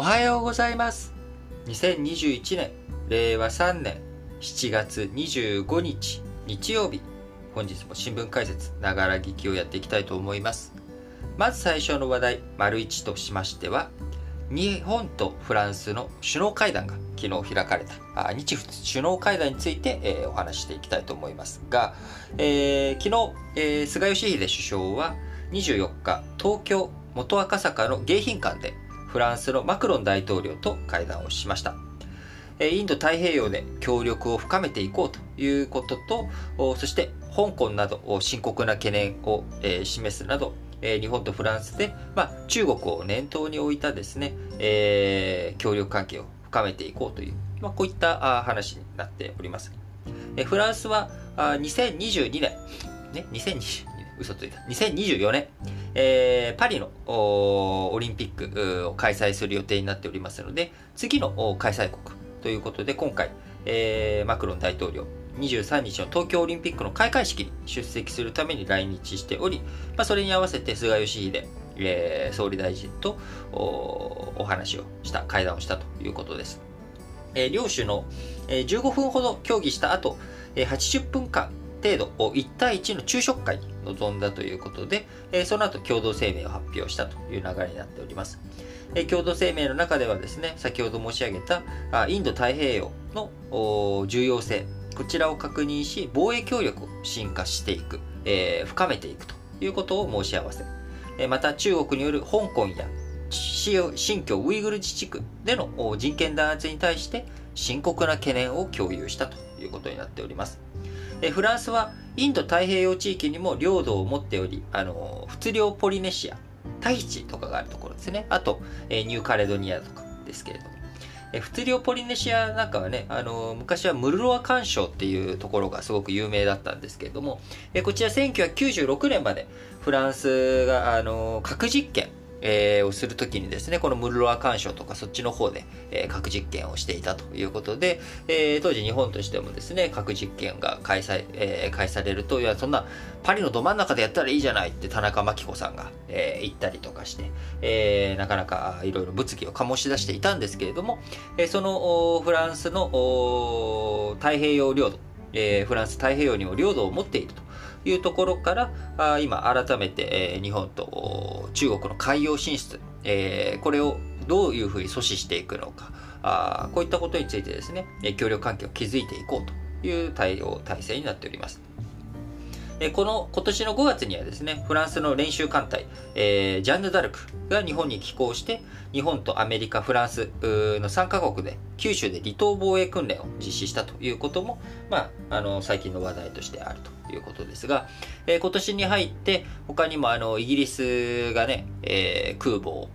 おはようございます。2021年令和3年7月25日日曜日、本日も新聞解説ながら聞きをやっていきたいと思います。まず最初の話題、丸1としましては、日本とフランスの首脳会談が昨日開かれた日仏首脳会談について、お話していきたいと思いますが、昨日、菅義偉首相は24日東京元赤坂の迎賓館でフランスのマクロン大統領と会談をしました。インド太平洋で協力を深めていこうということと、そして香港など深刻な懸念を示すなど、日本とフランスで、中国を念頭に置いたですね、協力関係を深めていこうという、こういった話になっております。フランスは2022年、2024年、パリのオリンピックを開催する予定になっておりますので、次の開催国ということで、今回、マクロン大統領、23日の東京オリンピックの開会式に出席するために来日しており、それに合わせて菅義偉、総理大臣とお話をした、会談をしたということです。両首脳、15分ほど協議した後、80分間程度1対1の昼食会に臨んだということで、その後共同声明を発表したという流れになっております。共同声明の中ではですね、先ほど申し上げたインド太平洋の重要性、こちらを確認し、防衛協力を深化していく、深めていくということを申し合わせ、また中国による香港や新疆ウイグル自治区での人権弾圧に対して深刻な懸念を共有したということになっております。フランスはインド太平洋地域にも領土を持っており、仏領ポリネシア、タヒチとかがあるところですね。あと、ニューカレドニアとかですけれども。仏領ポリネシアなんかはね、昔はムルロア環礁っていうところがすごく有名だったんですけれども、こちら1996年までフランスが、核実験、をするときにですね、このムルロア環礁とかそっちの方で、核実験をしていたということで、当時日本としてもですね、核実験が開されると、いや、そんなパリのど真ん中でやったらいいじゃないって田中真紀子さんが、言ったりとかして、なかなかいろいろ物議を醸し出していたんですけれども、そのフランスの太平洋領土、フランス太平洋にも領土を持っているというところから今改めて日本と中国の海洋進出、これをどういうふうに阻止していくのか、こういったことについてですね、協力関係を築いていこうという体制になっております。今年の5月にはですね、フランスの練習艦隊、ジャンヌ・ダルクが日本に寄港して、日本とアメリカ、フランスの3カ国で九州で離島防衛訓練を実施したということも、最近の話題としてあるということですが、今年に入って他にもイギリスがね、空母を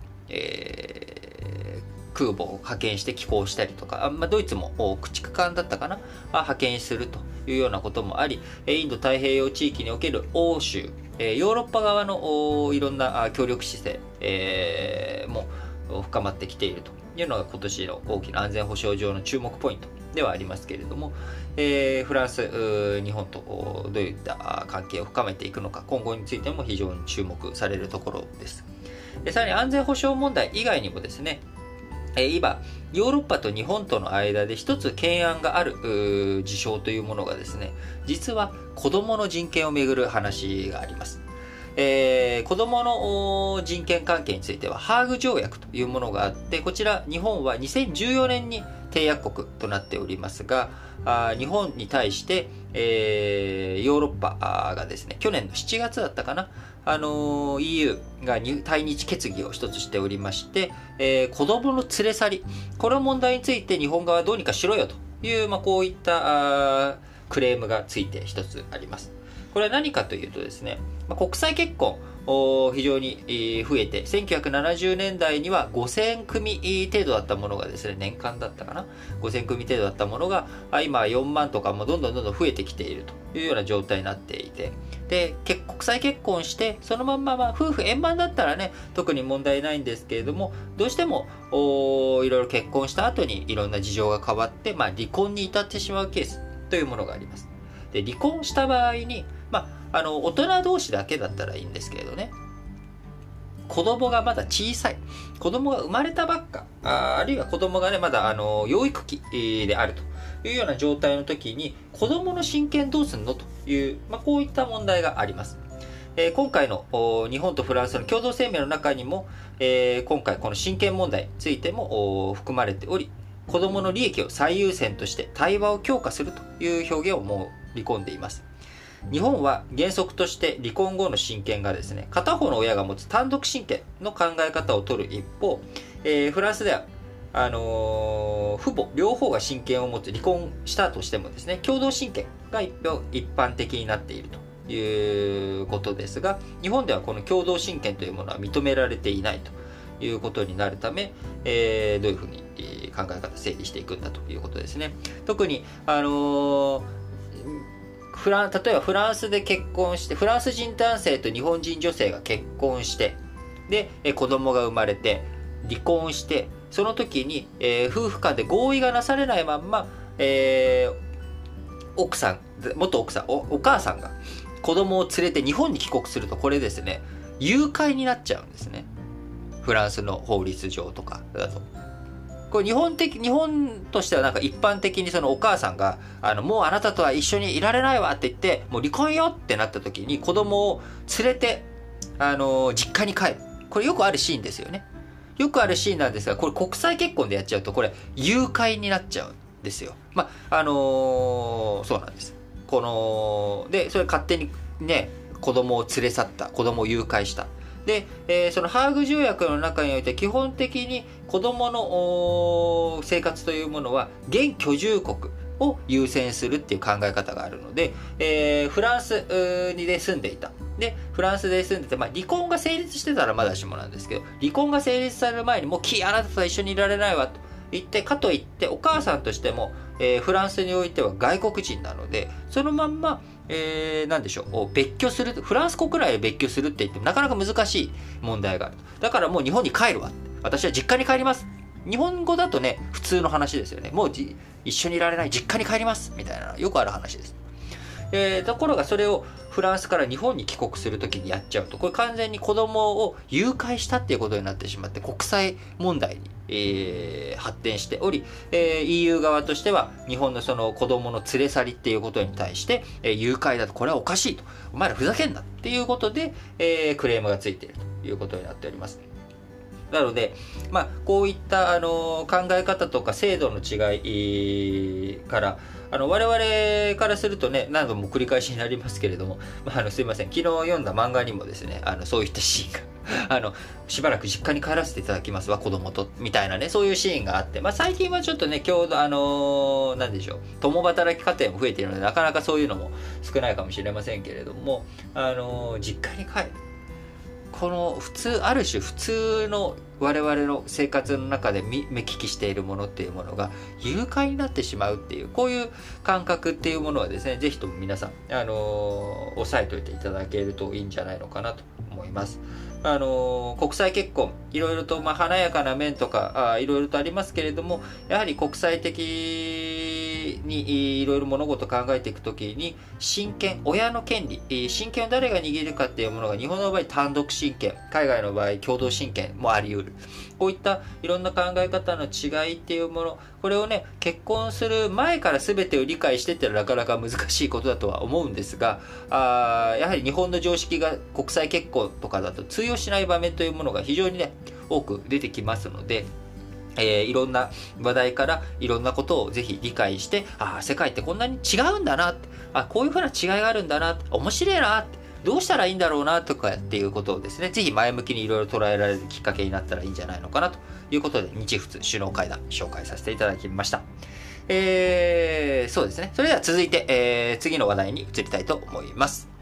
派遣して寄港したりとか、ドイツも駆逐艦だったかな、派遣するというようなこともあり、インド太平洋地域における欧州、ヨーロッパ側のいろんな協力姿勢、も深まってきているというのが今年の大きな安全保障上の注目ポイントではありますけれども、フランス、日本とどういった関係を深めていくのか、今後についても非常に注目されるところです。さらに安全保障問題以外にもですね、今ヨーロッパと日本との間で一つ懸案がある事象というものがですね、実は子どもの人権をめぐる話があります。子どもの人権関係についてはハーグ条約というものがあって、こちら日本は2014年に締約国となっておりますが、日本に対して、ヨーロッパがですね、去年の7月だったかな、EU が対日決議を一つしておりまして、子供の連れ去り、この問題について日本側はどうにかしろよという、こういったクレームがついて一つあります。これは何かというとですね、国際結婚非常に増えて、1970年代には5000組程度だったものがですね、年間だったかな、5000組程度だったものが今4万とかもどんどん増えてきているというような状態になっていて、で国際結婚してそのまんま、夫婦円満だったらね、特に問題ないんですけれども、どうしてもいろいろ結婚した後にいろんな事情が変わって、離婚に至ってしまうケースというものがあります。で離婚した場合に、大人同士だけだったらいいんですけれどね、 子供がまだ小さい。子供が生まれたばっか、あるいは子供がね、まだ養育期であるというような状態の時に、子供の親権どうすんのという、こういった問題があります。今回の日本とフランスの共同声明の中にも、今回この親権問題についても含まれており、子供の利益を最優先として対話を強化するという表現を盛り込んでいます。日本は原則として離婚後の親権がですね、片方の親が持つ単独親権の考え方を取る一方、フランスでは父母両方が親権を持つ離婚したとしてもですね、共同親権が一般的になっているということですが、日本ではこの共同親権というものは認められていないということになるため、どういうふうに考え方整理していくんだということですね。特に例えばフランスで結婚して、フランス人男性と日本人女性が結婚して、で子供が生まれて離婚して、その時に、夫婦間で合意がなされないまんま、元奥さん、お母さんが子供を連れて日本に帰国すると、これですね、誘拐になっちゃうんですね。フランスの法律上とかだと。これ日本としてはなんか一般的にそのお母さんが、もうあなたとは一緒にいられないわって言って、もう離婚よってなった時に子供を連れて、実家に帰る。これよくあるシーンですよね。よくあるシーンなんですが、これ国際結婚でやっちゃうと、これ誘拐になっちゃうんですよ。そうなんです。で、それ勝手にね、子供を連れ去った、子供を誘拐した。で、そのハーグ条約の中において基本的に子供の生活というものは現居住国を優先するっていう考え方があるので、フランスで住んでいた。で、フランスで住んでて、離婚が成立してたらまだしもなんですけど、離婚が成立される前にもうあなたとは一緒にいられないわと言って、かといってお母さんとしても、フランスにおいては外国人なので、そのまんまなんでしょう、別居する、フランス国内で別居するって言ってもなかなか難しい問題がある。だからもう日本に帰るわ。私は実家に帰ります。日本語だとね、普通の話ですよね。もう一緒にいられない、実家に帰ります。みたいな、よくある話です。ところがそれをフランスから日本に帰国するときにやっちゃうと、これ完全に子供を誘拐したっていうことになってしまって、国際問題に、発展しており、EU 側としては日本のその子供の連れ去りっていうことに対して、誘拐だとこれはおかしいと、お前らふざけんなっていうことで、クレームがついているということになっております。なので、こういった考え方とか制度の違いから、我々からするとね、何度も繰り返しになりますけれども、すいません、昨日読んだ漫画にもですね、そういったシーンがしばらく実家に帰らせていただきますわ、子供と、みたいなね、そういうシーンがあって、最近はちょっとね、なんでしょう、共働き家庭も増えているので、なかなかそういうのも少ないかもしれませんけれども、実家に帰る。このある種普通の我々の生活の中で目利きしているものっていうものが誘拐になってしまうっていう、こういう感覚っていうものはですね、ぜひとも皆さん、押さえておいていただけるといいんじゃないのかなと思います。国際結婚、いろいろと華やかな面とかいろいろとありますけれども、やはり国際的にいろいろ物事を考えていくときに、親権、親の権利、親権を誰が握るかっていうものが、日本の場合単独親権、海外の場合共同親権もあり得る。こういったいろんな考え方の違いっていうもの、これをね、結婚する前から全てを理解してってのはなかなか難しいことだとは思うんですが、やはり日本の常識が国際結婚とかだと通用しない場面というものが非常にね、多く出てきますので、いろんな話題からいろんなことをぜひ理解して、世界ってこんなに違うんだなって、こういうふうな違いがあるんだなって、面白いなって、どうしたらいいんだろうなとかっていうことをですね、ぜひ前向きにいろいろ捉えられるきっかけになったらいいんじゃないのかなということで、日仏首脳会談紹介させていただきました。そうですね。それでは続いて、次の話題に移りたいと思います。